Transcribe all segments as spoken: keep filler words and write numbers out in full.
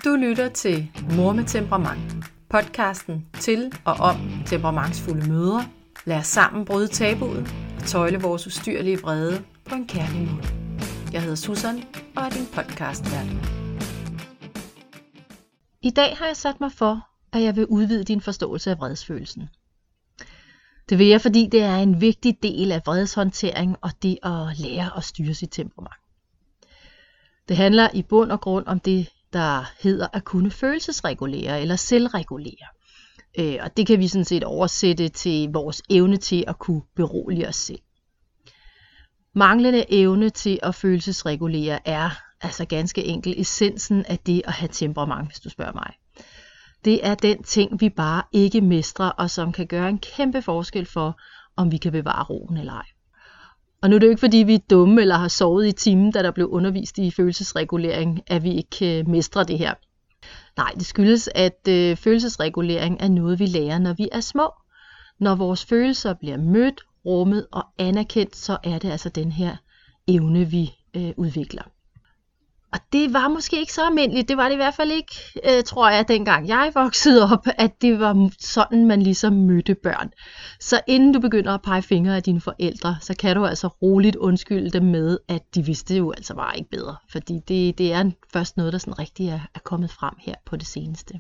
Du lytter til Mor med temperament, podcasten til og om temperamentsfulde mødre. Lad os sammen bryde tabuet og tøjle vores ustyrlige vrede på en kærlig måde. Jeg hedder Susan og er din podcastvært. I dag har jeg sat mig for, at jeg vil udvide din forståelse af vredesfølelsen. Det vil jeg, fordi det er en vigtig del af vredeshåndtering og det at lære at styre sit temperament. Det handler i bund og grund om det, der hedder at kunne følelsesregulere eller selvregulere. Øh, og det kan vi sådan set oversætte til vores evne til at kunne berolige os selv. Manglende evne til at følelsesregulere er altså ganske enkelt essensen af det at have temperament, hvis du spørger mig. Det er den ting, vi bare ikke mestrer, og som kan gøre en kæmpe forskel for, om vi kan bevare roen eller ej. Og nu er det jo ikke, fordi vi er dumme eller har sovet i timen, da der blev undervist i følelsesregulering, at vi ikke mestrer det her. Nej, det skyldes, at øh, følelsesregulering er noget, vi lærer, når vi er små. Når vores følelser bliver mødt, rummet og anerkendt, så er det altså den her evne, vi øh, udvikler. Og det var måske ikke så almindeligt, det var det i hvert fald ikke, øh, tror jeg, dengang jeg voksede op, at det var sådan, man ligesom mødte børn. Så inden du begynder at pege fingre af dine forældre, så kan du altså roligt undskylde dem med, at de vidste jo altså bare ikke bedre. Fordi det, det er først noget, der sådan rigtig er, er kommet frem her på det seneste.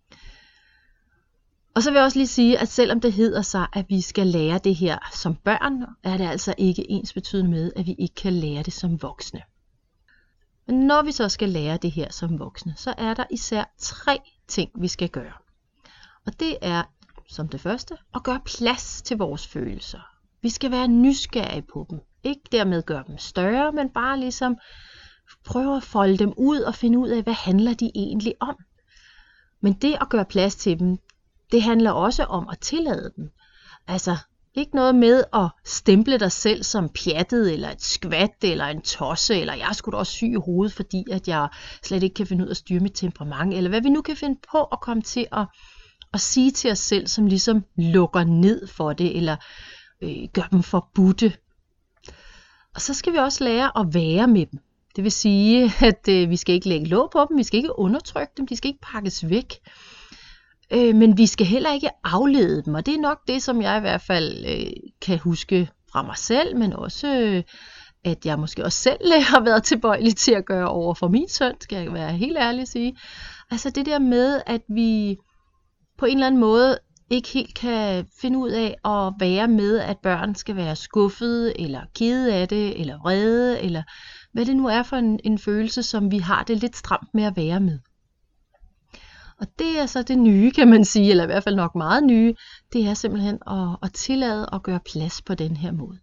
Og så vil jeg også lige sige, at selvom det hedder sig, at vi skal lære det her som børn, er det altså ikke ensbetydende med, at vi ikke kan lære det som voksne. Men når vi så skal lære det her som voksne, så er der især tre ting, vi skal gøre. Og det er, som det første, at gøre plads til vores følelser. Vi skal være nysgerrige på dem. Ikke dermed gøre dem større, men bare ligesom prøve at folde dem ud og finde ud af, hvad handler de egentlig om. Men det at gøre plads til dem, det handler også om at tillade dem. Altså, ikke noget med at stemple dig selv som pjattet, eller et skvat, eller en tosse, eller jeg skulle da også syg i hovedet, fordi at jeg slet ikke kan finde ud af at styre mit temperament, eller hvad vi nu kan finde på at komme til at, at sige til os selv, som ligesom lukker ned for det, eller øh, gør dem forbudte. Og så skal vi også lære at være med dem. Det vil sige, at øh, vi skal ikke lægge låg på dem, vi skal ikke undertrykke dem, de skal ikke pakkes væk. Men vi skal heller ikke aflede dem, og det er nok det, som jeg i hvert fald øh, kan huske fra mig selv, men også, øh, at jeg måske også selv har været tilbøjelig til at gøre over for min søn, skal jeg være helt ærlig at sige. Altså det der med, at vi på en eller anden måde ikke helt kan finde ud af at være med, at børn skal være skuffede, eller kede af det, eller vrede, eller hvad det nu er for en, en følelse, som vi har det lidt stramt med at være med. Og det er så det nye, kan man sige, eller i hvert fald nok meget nye, det er simpelthen at, at tillade at gøre plads på den her måde.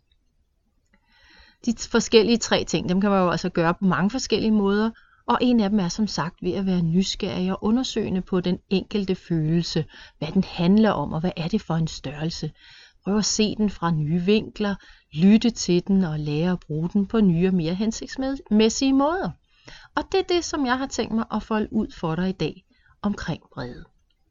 De forskellige tre ting, dem kan man jo altså gøre på mange forskellige måder, og en af dem er som sagt ved at være nysgerrig og undersøgende på den enkelte følelse, hvad den handler om, og hvad er det for en størrelse. Prøv at se den fra nye vinkler, lytte til den og lære at bruge den på nye og mere hensigtsmæssige måder. Og det er det, som jeg har tænkt mig at folde ud for dig i dag omkring vrede.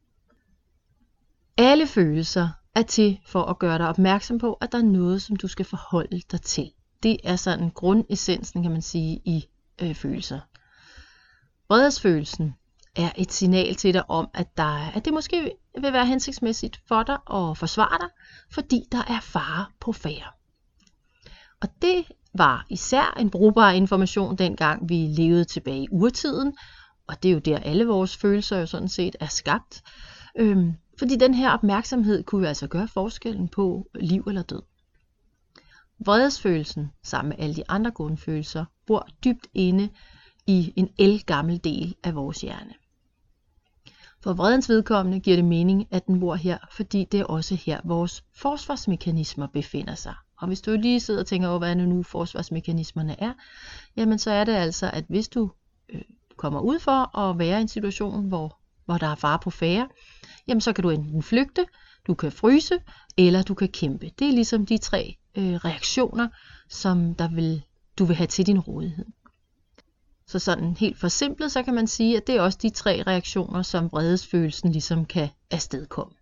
Alle følelser er til for at gøre dig opmærksom på, at der er noget, som du skal forholde dig til. Det er sådan grundessensen, kan man sige, i øh, følelser. Vredesfølelsen er et signal til dig om, at, der er, at det måske vil være hensigtsmæssigt for dig at forsvare dig, fordi der er fare på færde. Og det var især en brugbar information, dengang vi levede tilbage i urtiden, og det er jo der, alle vores følelser jo sådan set er skabt. Øhm, fordi den her opmærksomhed kunne jo altså gøre forskellen på liv eller død. Vredesfølelsen, sammen med alle de andre grundfølelser, bor dybt inde i en ældgammel del af vores hjerne. For vredens vedkommende giver det mening, at den bor her, fordi det er også her, vores forsvarsmekanismer befinder sig. Og hvis du lige sidder og tænker over, hvad nu forsvarsmekanismerne er, jamen så er det altså, at hvis du øh, kommer ud for at være i en situation, hvor, hvor der er fare på færde, jamen så kan du enten flygte, du kan fryse, eller du kan kæmpe. Det er ligesom de tre øh, reaktioner, som der vil, du vil have til din rådighed. Så sådan helt forsimplet, så kan man sige, at det er også de tre reaktioner, som vredesfølelsen ligesom kan afstedkomme.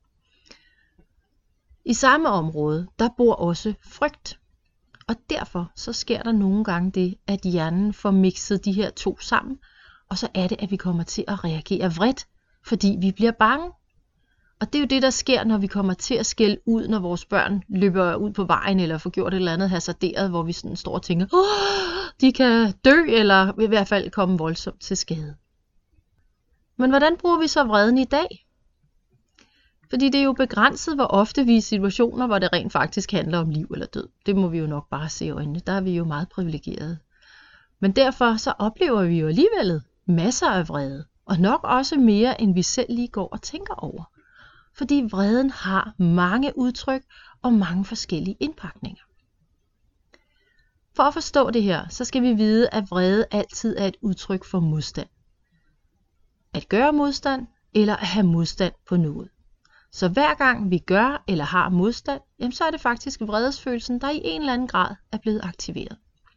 I samme område, der bor også frygt. Og derfor så sker der nogle gange det, at hjernen får mixet de her to sammen, og så er det, at vi kommer til at reagere vredt, fordi vi bliver bange. Og det er jo det, der sker, når vi kommer til at skælde ud, når vores børn løber ud på vejen, eller får gjort et eller andet hasarderet, hvor vi sådan står og tænker, åh, de kan dø, eller i hvert fald komme voldsomt til skade. Men hvordan bruger vi så vreden i dag? Fordi det er jo begrænset, hvor ofte vi er i situationer, hvor det rent faktisk handler om liv eller død. Det må vi jo nok bare se i øjnene. Der er vi jo meget privilegerede. Men derfor så oplever vi jo alligevel masser af vrede. Og nok også mere, end vi selv lige går og tænker over. Fordi vreden har mange udtryk og mange forskellige indpakninger. For at forstå det her, så skal vi vide, at vrede altid er et udtryk for modstand. At gøre modstand eller at have modstand på noget. Så hver gang vi gør eller har modstand, jamen så er det faktisk vredesfølelsen, der i en eller anden grad er blevet aktiveret.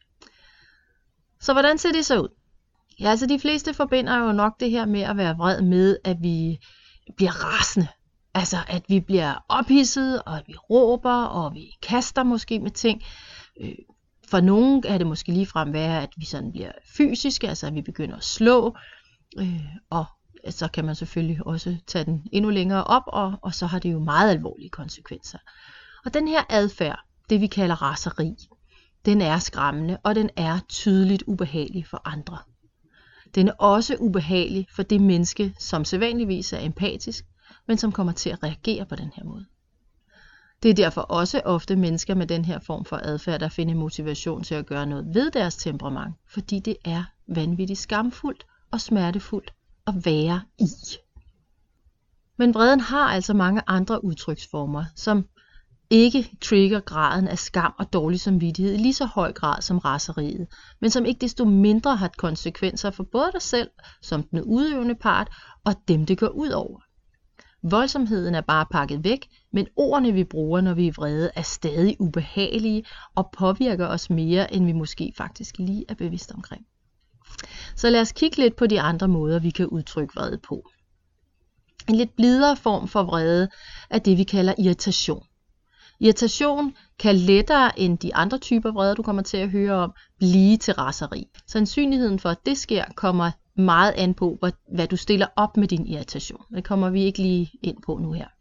Så hvordan ser det så ud? Ja, altså de fleste forbinder jo nok det her med at være vred med, at vi bliver rasende. Altså at vi bliver ophidset, og at vi råber, og vi kaster måske med ting. For nogen er det måske ligefrem være, at vi sådan bliver fysiske, altså at vi begynder at slå, og så kan man selvfølgelig også tage den endnu længere op, og, og så har det jo meget alvorlige konsekvenser. Og den her adfærd, det vi kalder raseri, den er skræmmende, og den er tydeligt ubehagelig for andre. Den er også ubehagelig for det menneske, som sædvanligvis er empatisk, men som kommer til at reagere på den her måde. Det er derfor også ofte mennesker med den her form for adfærd, der finder motivation til at gøre noget ved deres temperament, fordi det er vanvittigt skamfuldt og smertefuldt at være i. Men vreden har altså mange andre udtryksformer, som ikke trigger graden af skam og dårlig samvittighed i lige så høj grad som raseriet, men som ikke desto mindre har konsekvenser for både dig selv som den udøvende part og dem det går ud over. Voldsomheden er bare pakket væk, men ordene vi bruger, når vi er vrede, er stadig ubehagelige og påvirker os mere, end vi måske faktisk lige er bevidst omkring. Så lad os kigge lidt på de andre måder, vi kan udtrykke vrede på. En lidt blidere form for vrede er det, vi kalder irritation. Irritation kan lettere end de andre typer vrede, du kommer til at høre om, blive til raseri. Sandsynligheden for, at det sker, kommer meget an på, hvad du stiller op med din irritation. Det kommer vi ikke lige ind på nu her.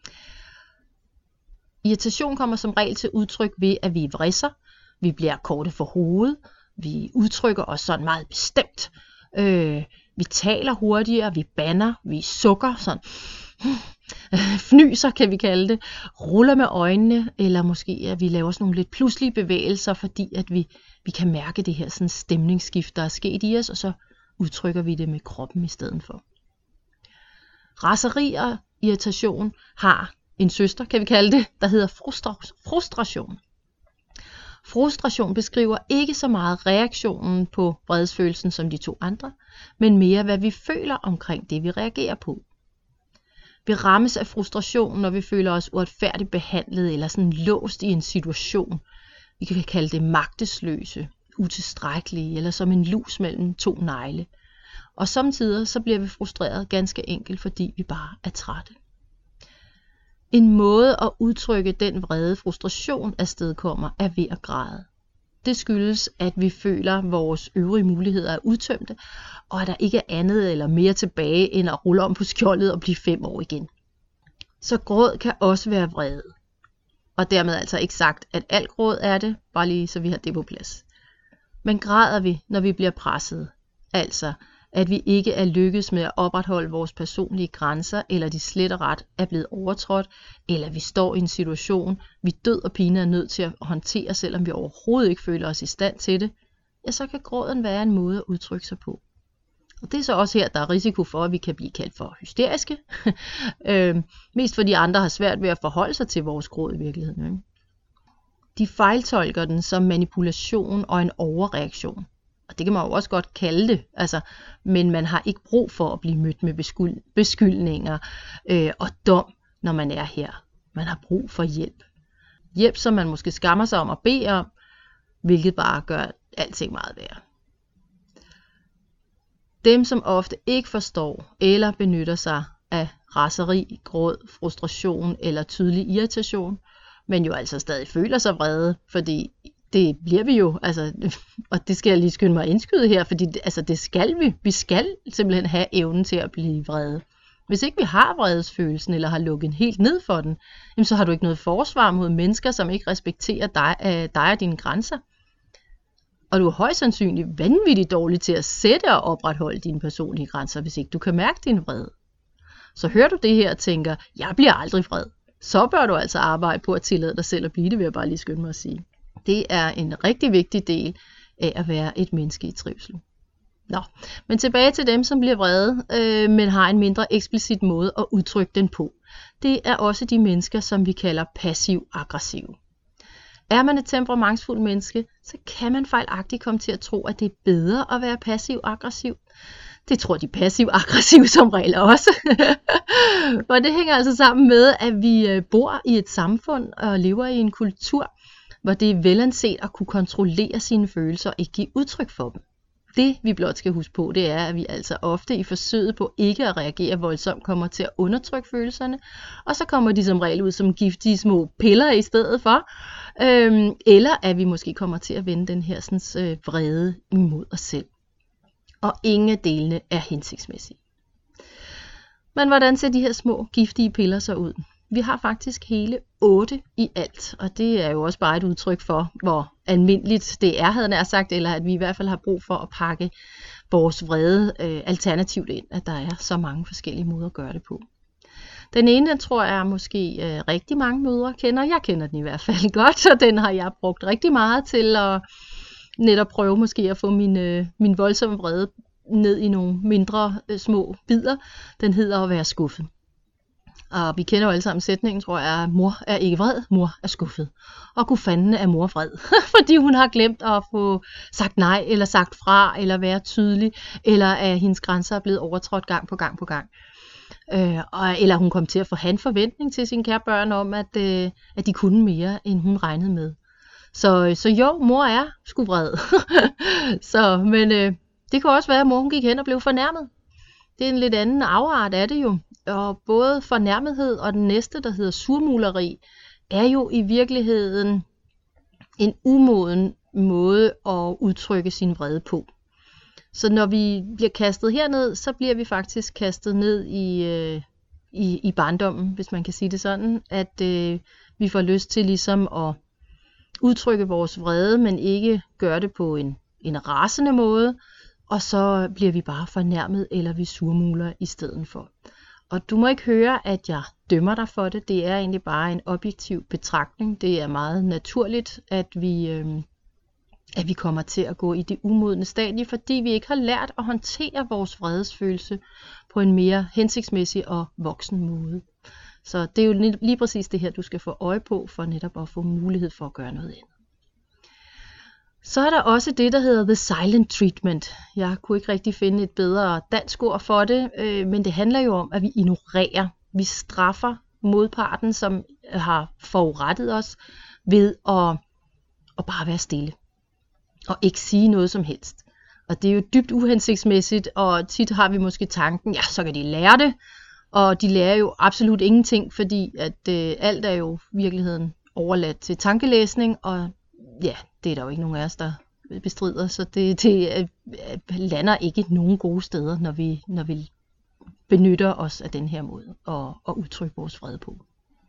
Irritation kommer som regel til udtryk ved, at vi vridser, vi bliver korte for hovedet, vi udtrykker os sådan meget bestemt, øh, vi taler hurtigere, vi bander, vi sukker, sådan fnyser kan vi kalde det, ruller med øjnene, eller måske at vi laver sådan nogle lidt pludselige bevægelser, fordi at vi, vi kan mærke det her sådan stemningsskift, der er sket i os, og så udtrykker vi det med kroppen i stedet for. Raseri og irritation har en søster, kan vi kalde det, der hedder frustra- frustration. Frustration beskriver ikke så meget reaktionen på vredesfølelsen som de to andre, men mere hvad vi føler omkring det, vi reagerer på. Vi rammes af frustration, når vi føler os uretfærdigt behandlet eller sådan låst i en situation. Vi kan kalde det magtesløse, utilstrækkelige eller som en lus mellem to negle. Og samtidig så bliver vi frustreret ganske enkelt, fordi vi bare er trætte. En måde at udtrykke den vrede frustration afstedkommer er ved at græde. Det skyldes, at vi føler, at vores øvrige muligheder er udtømte, og at der ikke er andet eller mere tilbage, end at rulle om på skjoldet og blive fem år igen. Så gråd kan også være vrede. Og dermed altså ikke sagt, at alt gråd er det, bare lige så vi har det på plads. Men græder vi, når vi bliver presset? Altså, at vi ikke er lykkedes med at opretholde vores personlige grænser, eller de slet og ret er blevet overtrådt, eller vi står i en situation, vi død og pine er nødt til at håndtere, selvom vi overhovedet ikke føler os i stand til det, ja, så kan gråden være en måde at udtrykke sig på. Og det er så også her, der er risiko for, at vi kan blive kaldt for hysteriske, øh, mest fordi andre har svært ved at forholde sig til vores gråd i virkeligheden. Ikke? De fejltolker den som manipulation og en overreaktion. Og det kan man jo også godt kalde det, altså, men man har ikke brug for at blive mødt med beskyld- beskyldninger øh, og dom, når man er her. Man har brug for hjælp. Hjælp, som man måske skammer sig om at bede om, hvilket bare gør alting meget værre. Dem, som ofte ikke forstår eller benytter sig af raseri, gråd, frustration eller tydelig irritation, men jo altså stadig føler sig vrede, fordi det bliver vi jo, altså, og det skal jeg lige skynde mig at indskyde her, fordi altså, det skal vi. Vi skal simpelthen have evnen til at blive vrede. Hvis ikke vi har vredesfølelsen, eller har lukket helt ned for den, jamen, så har du ikke noget forsvar mod mennesker, som ikke respekterer dig, øh, dig og dine grænser. Og du er højst sandsynligt vanvittigt dårlig til at sætte og opretholde dine personlige grænser, hvis ikke du kan mærke din vrede. Så hører du det her og tænker, jeg bliver aldrig vred, så bør du altså arbejde på at tillade dig selv at blive det, vil jeg bare lige skynde mig at sige. Det er en rigtig vigtig del af at være et menneske i trivsel. Nå, men tilbage til dem, som bliver vrede, øh, men har en mindre eksplicit måde at udtrykke den på. Det er også de mennesker, som vi kalder passiv-aggressive. Er man et temperamentsfuldt menneske, så kan man fejlagtigt komme til at tro, at det er bedre at være passiv-aggressiv. Det tror de passiv-aggressive som regel også. Og det hænger altså sammen med, at vi bor i et samfund og lever i en kultur, hvor det er velanset at kunne kontrollere sine følelser og ikke give udtryk for dem. Det vi blot skal huske på, det er, at vi altså ofte i forsøget på ikke at reagere voldsomt kommer til at undertrykke følelserne, og så kommer de som regel ud som giftige små piller i stedet for, øhm, eller at vi måske kommer til at vende den her sådan, øh, vrede imod os selv. Og ingen af delene er hensigtsmæssige. Men hvordan ser de her små giftige piller så ud? Vi har faktisk hele otte i alt, og det er jo også bare et udtryk for, hvor almindeligt det er, havde jeg nær sagt, eller at vi i hvert fald har brug for at pakke vores vrede øh, alternativt ind, at der er så mange forskellige måder at gøre det på. Den ene, den tror jeg måske øh, rigtig mange mødre kender. Jeg kender den i hvert fald godt, og den har jeg brugt rigtig meget til at netop prøve måske at få min, øh, min voldsomme vrede ned i nogle mindre øh, små bidder. Den hedder at være skuffet. Og vi kender jo alle sammen sætningen, tror jeg, at mor er ikke vred, mor er skuffet. Og gud fanden er mor vred, fordi hun har glemt at få sagt nej, eller sagt fra, eller være tydelig, eller at hendes grænser er blevet overtrådt gang på gang på gang. Øh, og, eller hun kom til at få en forventning til sine kære børn om, at, øh, at de kunne mere, end hun regnede med. Så, så jo, mor er sgu vred. så, men øh, det kan også være, at mor hun gik hen og blev fornærmet. Det er en lidt anden afart af det jo. Og både fornærmethed og den næste, der hedder surmuleri, er jo i virkeligheden en umoden måde at udtrykke sin vrede på. Så når vi bliver kastet herned, så bliver vi faktisk kastet ned i, øh, i, i barndommen, hvis man kan sige det sådan, at øh, vi får lyst til ligesom at udtrykke vores vrede, men ikke gøre det på en, en rasende måde, og så bliver vi bare fornærmet, eller vi surmuler i stedet for. Og du må ikke høre, at jeg dømmer dig for det. Det er egentlig bare en objektiv betragtning. Det er meget naturligt, at vi, øh, at vi kommer til at gå i det umodne stadie, fordi vi ikke har lært at håndtere vores vredesfølelse på en mere hensigtsmæssig og voksen måde. Så det er jo lige, lige præcis det her, du skal få øje på, for netop at få mulighed for at gøre noget andet. Så er der også det, der hedder the silent treatment. Jeg kunne ikke rigtig finde et bedre dansk ord for det, øh, men det handler jo om, at vi ignorerer. Vi straffer modparten, som har forurettet os, ved at, at bare være stille. Og ikke sige noget som helst. Og det er jo dybt uhensigtsmæssigt, og tit har vi måske tanken, ja, så kan de lære det. Og de lærer jo absolut ingenting, fordi at øh, alt er jo i virkeligheden overladt til tankelæsning, og ja, det er der jo ikke nogen af os, der bestrider, så det, det lander ikke nogen gode steder, når vi, når vi benytter os af den her måde at, at udtrykke vores vrede på.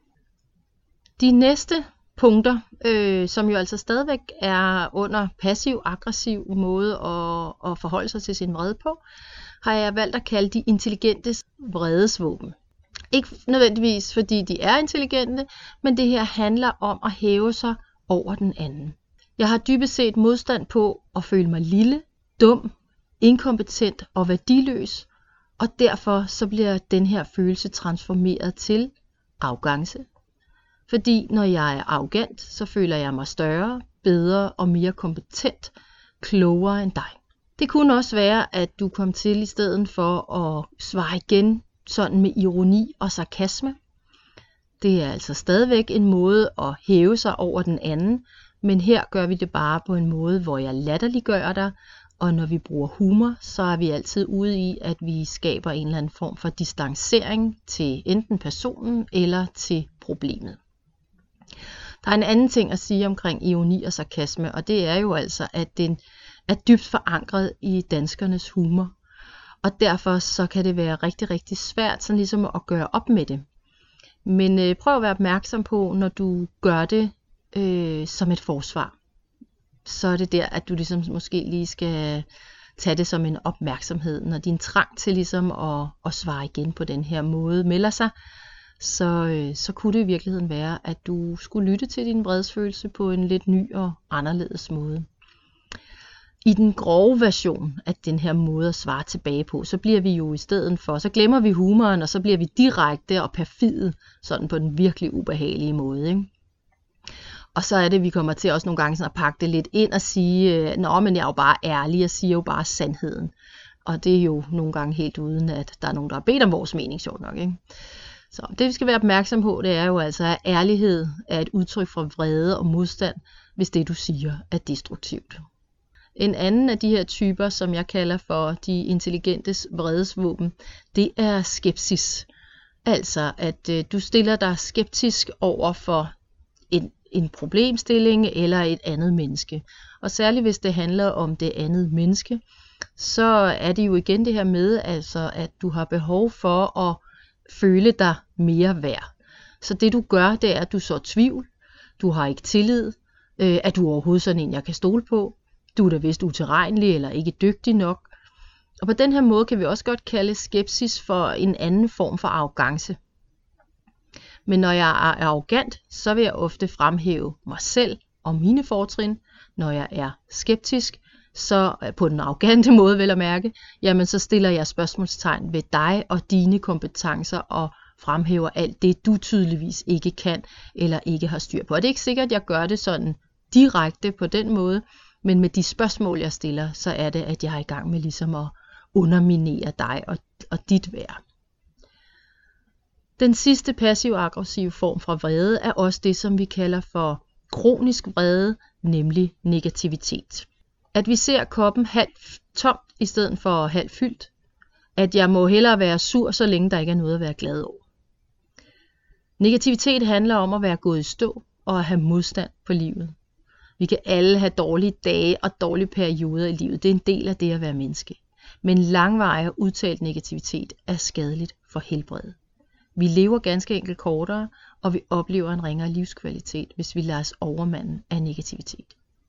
De næste punkter, øh, som jo altså stadigvæk er under passiv-aggressiv måde at, at forholde sig til sin vrede på, har jeg valgt at kalde de intelligentes vredesvåben. Ikke nødvendigvis fordi de er intelligente, men det her handler om at hæve sig over den anden. Jeg har dybest set modstand på at føle mig lille, dum, inkompetent og værdiløs, og derfor så bliver den her følelse transformeret til arrogance. Fordi når jeg er arrogant, så føler jeg mig større, bedre og mere kompetent, klogere end dig. Det kunne også være, at du kom til i stedet for at svare igen sådan med ironi og sarkasme. Det er altså stadigvæk en måde at hæve sig over den anden, men her gør vi det bare på en måde, hvor jeg latterliggør dig, og når vi bruger humor, så er vi altid ude i, at vi skaber en eller anden form for distancering til enten personen eller til problemet. Der er en anden ting at sige omkring ironi og sarkasme, og det er jo altså, at den er dybt forankret i danskernes humor. Og derfor så kan det være rigtig, rigtig svært sådan ligesom at gøre op med det. Men øh, prøv at være opmærksom på, når du gør det øh, som et forsvar. Så er det der, at du ligesom måske lige skal tage det som en opmærksomhed. Når din trang til ligesom at, at svare igen på den her måde melder sig, så, øh, så kunne det i virkeligheden være, at du skulle lytte til din vredesfølelse på en lidt ny og anderledes måde. I den grove version af den her måde at svare tilbage på, så bliver vi jo i stedet for, så glemmer vi humoren, og så bliver vi direkte og perfide, sådan på den virkelig ubehagelige måde, ikke? Og så er det, vi kommer til også nogle gange sådan at pakke det lidt ind og sige, nå, men jeg er jo bare ærlig, jeg siger jo bare sandheden. Og det er jo nogle gange helt uden, at der er nogen, der har bedt om vores mening, sjovt nok, ikke? Så det, vi skal være opmærksom på, det er jo altså, at ærlighed er et udtryk for vrede og modstand, hvis det, du siger, er destruktivt. En anden af de her typer, som jeg kalder for de intelligentes vredesvåben, det er skepsis. Altså, at øh, du stiller dig skeptisk over for en, en problemstilling eller et andet menneske. Og særligt hvis det handler om det andet menneske, så er det jo igen det her med, altså, at du har behov for at føle dig mere værd. Så det du gør, det er, at du så tvivl, du har ikke tillid, øh, at du overhovedet sådan en, jeg kan stole på. Du er da vist utilregnelig eller ikke dygtig nok. Og på den her måde kan vi også godt kalde skepsis for en anden form for arrogance. Men når jeg er arrogant, så vil jeg ofte fremhæve mig selv og mine fortrin. Når jeg er skeptisk, så på den arrogante måde vel at mærke, jamen så stiller jeg spørgsmålstegn ved dig og dine kompetencer og fremhæver alt det, du tydeligvis ikke kan eller ikke har styr på. Og det er ikke sikkert, at jeg gør det sådan direkte på den måde, men med de spørgsmål, jeg stiller, så er det, at jeg er i gang med ligesom at underminere dig og, og dit værd. Den sidste passiv-aggressive form for vrede er også det, som vi kalder for kronisk vrede, nemlig negativitet. At vi ser koppen halvt tomt i stedet for halvt fyldt. At jeg må hellere være sur, så længe der ikke er noget at være glad over. Negativitet handler om at være gået i stå og at have modstand på livet. Vi kan alle have dårlige dage og dårlige perioder i livet. Det er en del af det at være menneske. Men langvarig og udtalt negativitet er skadeligt for helbredet. Vi lever ganske enkelt kortere, og vi oplever en ringere livskvalitet, hvis vi lader os overmande af negativitet.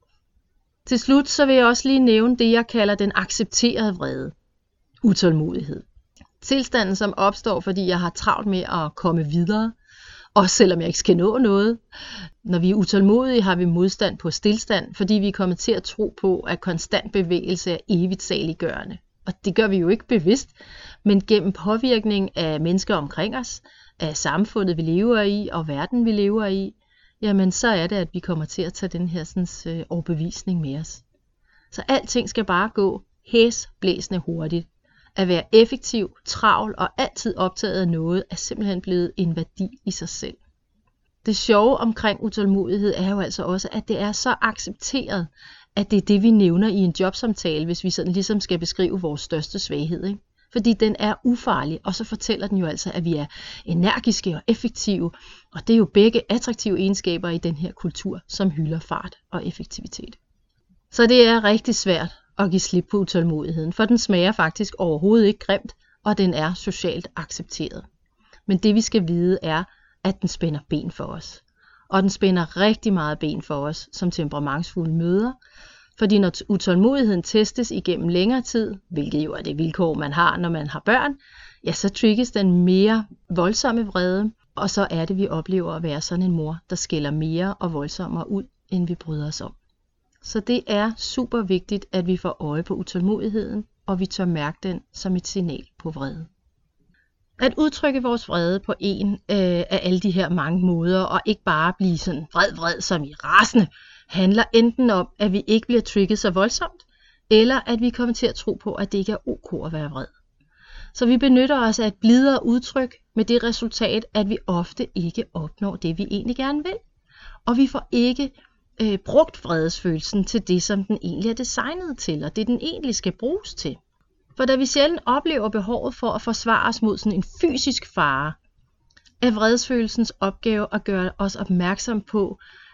Til slut så vil jeg også lige nævne det, jeg kalder den accepterede vrede. Utålmodighed. Tilstanden, som opstår, fordi jeg har travlt med at komme videre, også selvom jeg ikke skal nå noget. Når vi er utålmodige, har vi modstand på stilstand, fordi vi er kommet til at tro på, at konstant bevægelse er evigt saliggørende. Og det gør vi jo ikke bevidst, men gennem påvirkning af mennesker omkring os, af samfundet, vi lever i, og verden, vi lever i, jamen så er det, at vi kommer til at tage den her sådan, overbevisning med os. Så alting skal bare gå hæsblæsende hurtigt. At være effektiv, travl og altid optaget af noget, er simpelthen blevet en værdi i sig selv. Det sjove omkring utålmodighed er jo altså også, at det er så accepteret, at det er det, vi nævner i en jobsamtale, hvis vi sådan ligesom skal beskrive vores største svaghed, ikke? Fordi den er ufarlig, og så fortæller den jo altså, at vi er energiske og effektive, og det er jo begge attraktive egenskaber i den her kultur, som hylder fart og effektivitet. Så det er rigtig svært at give slip på utålmodigheden, for den smager faktisk overhovedet ikke grimt, og den er socialt accepteret. Men det vi skal vide er, at den spænder ben for os. Og den spænder rigtig meget ben for os som temperamentsfulde mødre, fordi når utålmodigheden testes igennem længere tid, hvilket jo er det vilkår, man har, når man har børn, ja, så trigges den mere voldsomme vrede, og så er det, vi oplever at være sådan en mor, der skælder mere og voldsommere ud, end vi bryder os om. Så det er super vigtigt, at vi får øje på utålmodigheden, og vi tør mærke den som et signal på vrede. At udtrykke vores vrede på en øh, af alle de her mange måder, og ikke bare blive sådan vred, vred som i rasende, handler enten om, at vi ikke bliver trigget så voldsomt, eller at vi kommer til at tro på, at det ikke er ok at være vred. Så vi benytter os af et blidere udtryk med det resultat, at vi ofte ikke opnår det, vi egentlig gerne vil. Og vi får ikke øh, brugt vredesfølelsen til det, som den egentlig er designet til, og det den egentlig skal bruges til. For da vi sjældent oplever behovet for at forsvare os mod sådan en fysisk fare, er vredesfølelsens opgave at gøre os opmærksom på,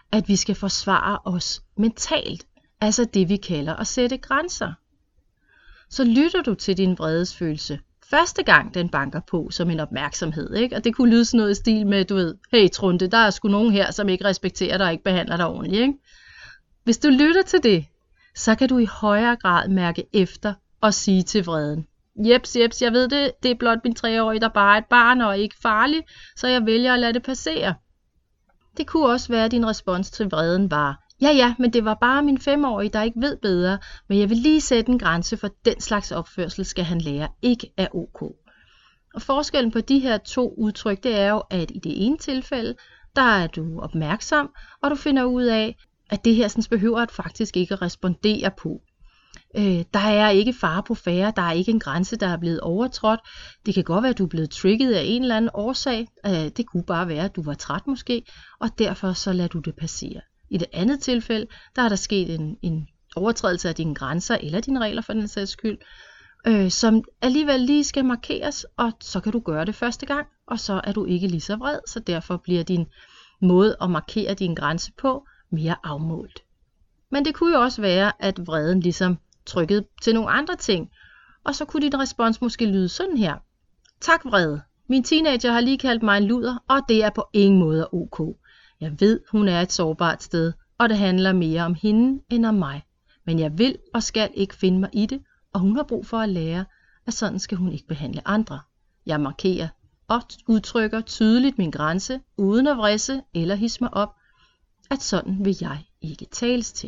at vi skal forsvare os mentalt, altså det vi kalder at sætte grænser. Så lytter du til din vredesfølelse første gang den banker på som en opmærksomhed, ikke? Og det kunne lyde sådan noget i stil med, du ved, hey Trunte, der er sgu nogen her, som ikke respekterer dig og ikke behandler dig ordentligt, ikke? Hvis du lytter til det, så kan du i højere grad mærke efter og sige til vreden, jeps, jeps, jeg ved det, det er blot min treårige, der bare er et barn og ikke farlig, så jeg vælger at lade det passere. Det kunne også være, at din respons til vreden var, ja ja, men det var bare min femårige, der ikke ved bedre, men jeg vil lige sætte en grænse, for den slags opførsel skal han lære ikke er ok. Og forskellen på de her to udtryk, det er jo, at i det ene tilfælde, der er du opmærksom, og du finder ud af, at det her sådan, behøver at faktisk ikke respondere på. Øh, der er ikke fare på færde, der er ikke en grænse, der er blevet overtrådt. Det kan godt være, at du er blevet trigget af en eller anden årsag. Øh, det kunne bare være, at du var træt måske, og derfor så lader du det passere. I det andet tilfælde, der er der sket en, en overtrædelse af dine grænser, eller dine regler for den sags skyld, øh, som alligevel lige skal markeres, og så kan du gøre det første gang, og så er du ikke lige så vred, så derfor bliver din måde at markere din grænse på mere afmålt. Men det kunne jo også være, at vreden ligesom trykkede til nogle andre ting, og så kunne din respons måske lyde sådan her. Tak vrede, min teenager har lige kaldt mig en luder, og det er på ingen måde ok. Jeg ved, hun er et sårbart sted, og det handler mere om hende end om mig. Men jeg vil og skal ikke finde mig i det, og hun har brug for at lære, at sådan skal hun ikke behandle andre. Jeg markerer og udtrykker tydeligt min grænse, uden at vrisse eller hisse mig op, at sådan vil jeg ikke tales til.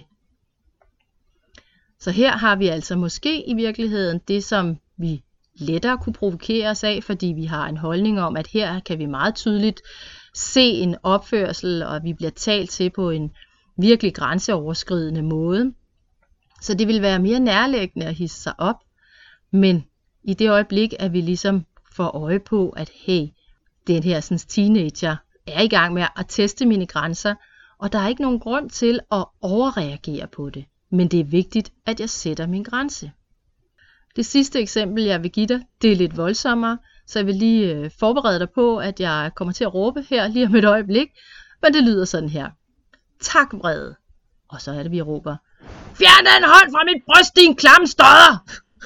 Så her har vi altså måske i virkeligheden det, som vi lettere kunne provokere os af, fordi vi har en holdning om, at her kan vi meget tydeligt se en opførsel, og vi bliver talt til på en virkelig grænseoverskridende måde. Så det vil være mere nærliggende at hisse sig op, men i det øjeblik, at vi ligesom får øje på, at hey, den her sådan, teenager er i gang med at teste mine grænser, og der er ikke nogen grund til at overreagere på det. Men det er vigtigt, at jeg sætter min grænse. Det sidste eksempel, jeg vil give dig, det er lidt voldsommere, så jeg vil lige øh, forberede dig på, at jeg kommer til at råbe her lige om et øjeblik. Men det lyder sådan her. Tak vrede. Og så er det, vi råber. Fjern den hånd fra mit bryst, din klamme stodder!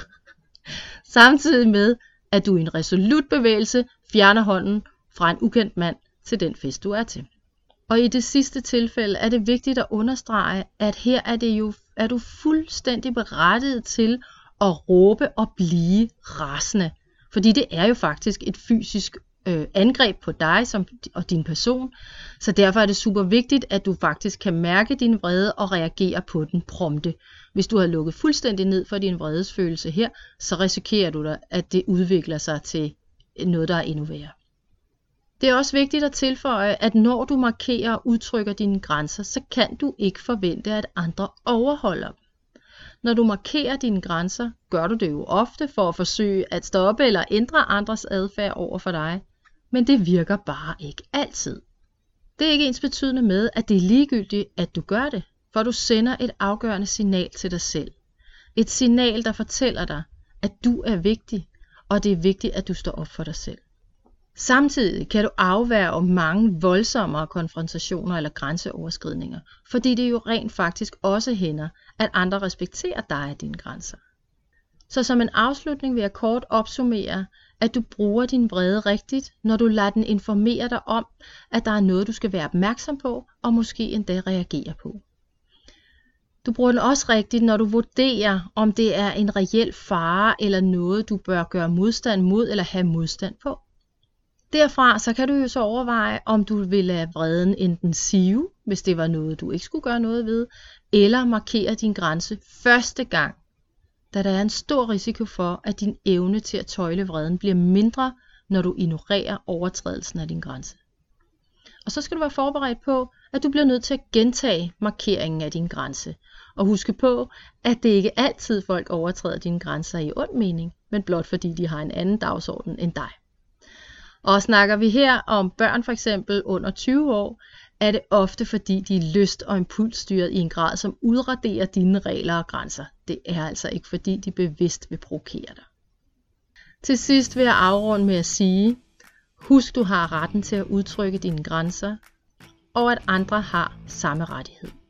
Samtidig med, at du i en resolut bevægelse fjerner hånden fra en ukendt mand til den fest, du er til. Og i det sidste tilfælde er det vigtigt at understrege, at her er, det jo, er du fuldstændig berettiget til at råbe og blive rasende. Fordi det er jo faktisk et fysisk øh, angreb på dig som, og din person. Så derfor er det super vigtigt, at du faktisk kan mærke din vrede og reagere på den prompte. Hvis du har lukket fuldstændig ned for din vredesfølelse her, så risikerer du da, at det udvikler sig til noget, der er endnu værre. Det er også vigtigt at tilføje, at når du markerer og udtrykker dine grænser, så kan du ikke forvente, at andre overholder dem. Når du markerer dine grænser, gør du det jo ofte for at forsøge at stoppe eller ændre andres adfærd over for dig, men det virker bare ikke altid. Det er ikke ensbetydende med, at det er ligegyldigt, at du gør det, for du sender et afgørende signal til dig selv. Et signal, der fortæller dig, at du er vigtig, og det er vigtigt, at du står op for dig selv. Samtidig kan du afværge mange voldsommere konfrontationer eller grænseoverskridninger, fordi det jo rent faktisk også hænder, at andre respekterer dig og dine grænser. Så som en afslutning vil jeg kort opsummere, at du bruger din vrede rigtigt, når du lader den informere dig om, at der er noget, du skal være opmærksom på, og måske endda reagere på. Du bruger den også rigtigt, når du vurderer, om det er en reel fare eller noget, du bør gøre modstand mod eller have modstand på. Derfra så kan du jo så overveje, om du vil lade vreden enten sive, hvis det var noget, du ikke skulle gøre noget ved, eller markere din grænse første gang, da der er en stor risiko for, at din evne til at tøjle vreden bliver mindre, når du ignorerer overtrædelsen af din grænse. Og så skal du være forberedt på, at du bliver nødt til at gentage markeringen af din grænse, og huske på, at det ikke altid folk overtræder dine grænser i ond mening, men blot fordi de har en anden dagsorden end dig. Og snakker vi her om børn for eksempel under tyve år, er det ofte fordi de er lyst- og impulsstyret i en grad, som udraderer dine regler og grænser. Det er altså ikke fordi de bevidst vil provokere dig. Til sidst vil jeg afrunde med at sige, husk du har retten til at udtrykke dine grænser. og at andre har samme rettighed.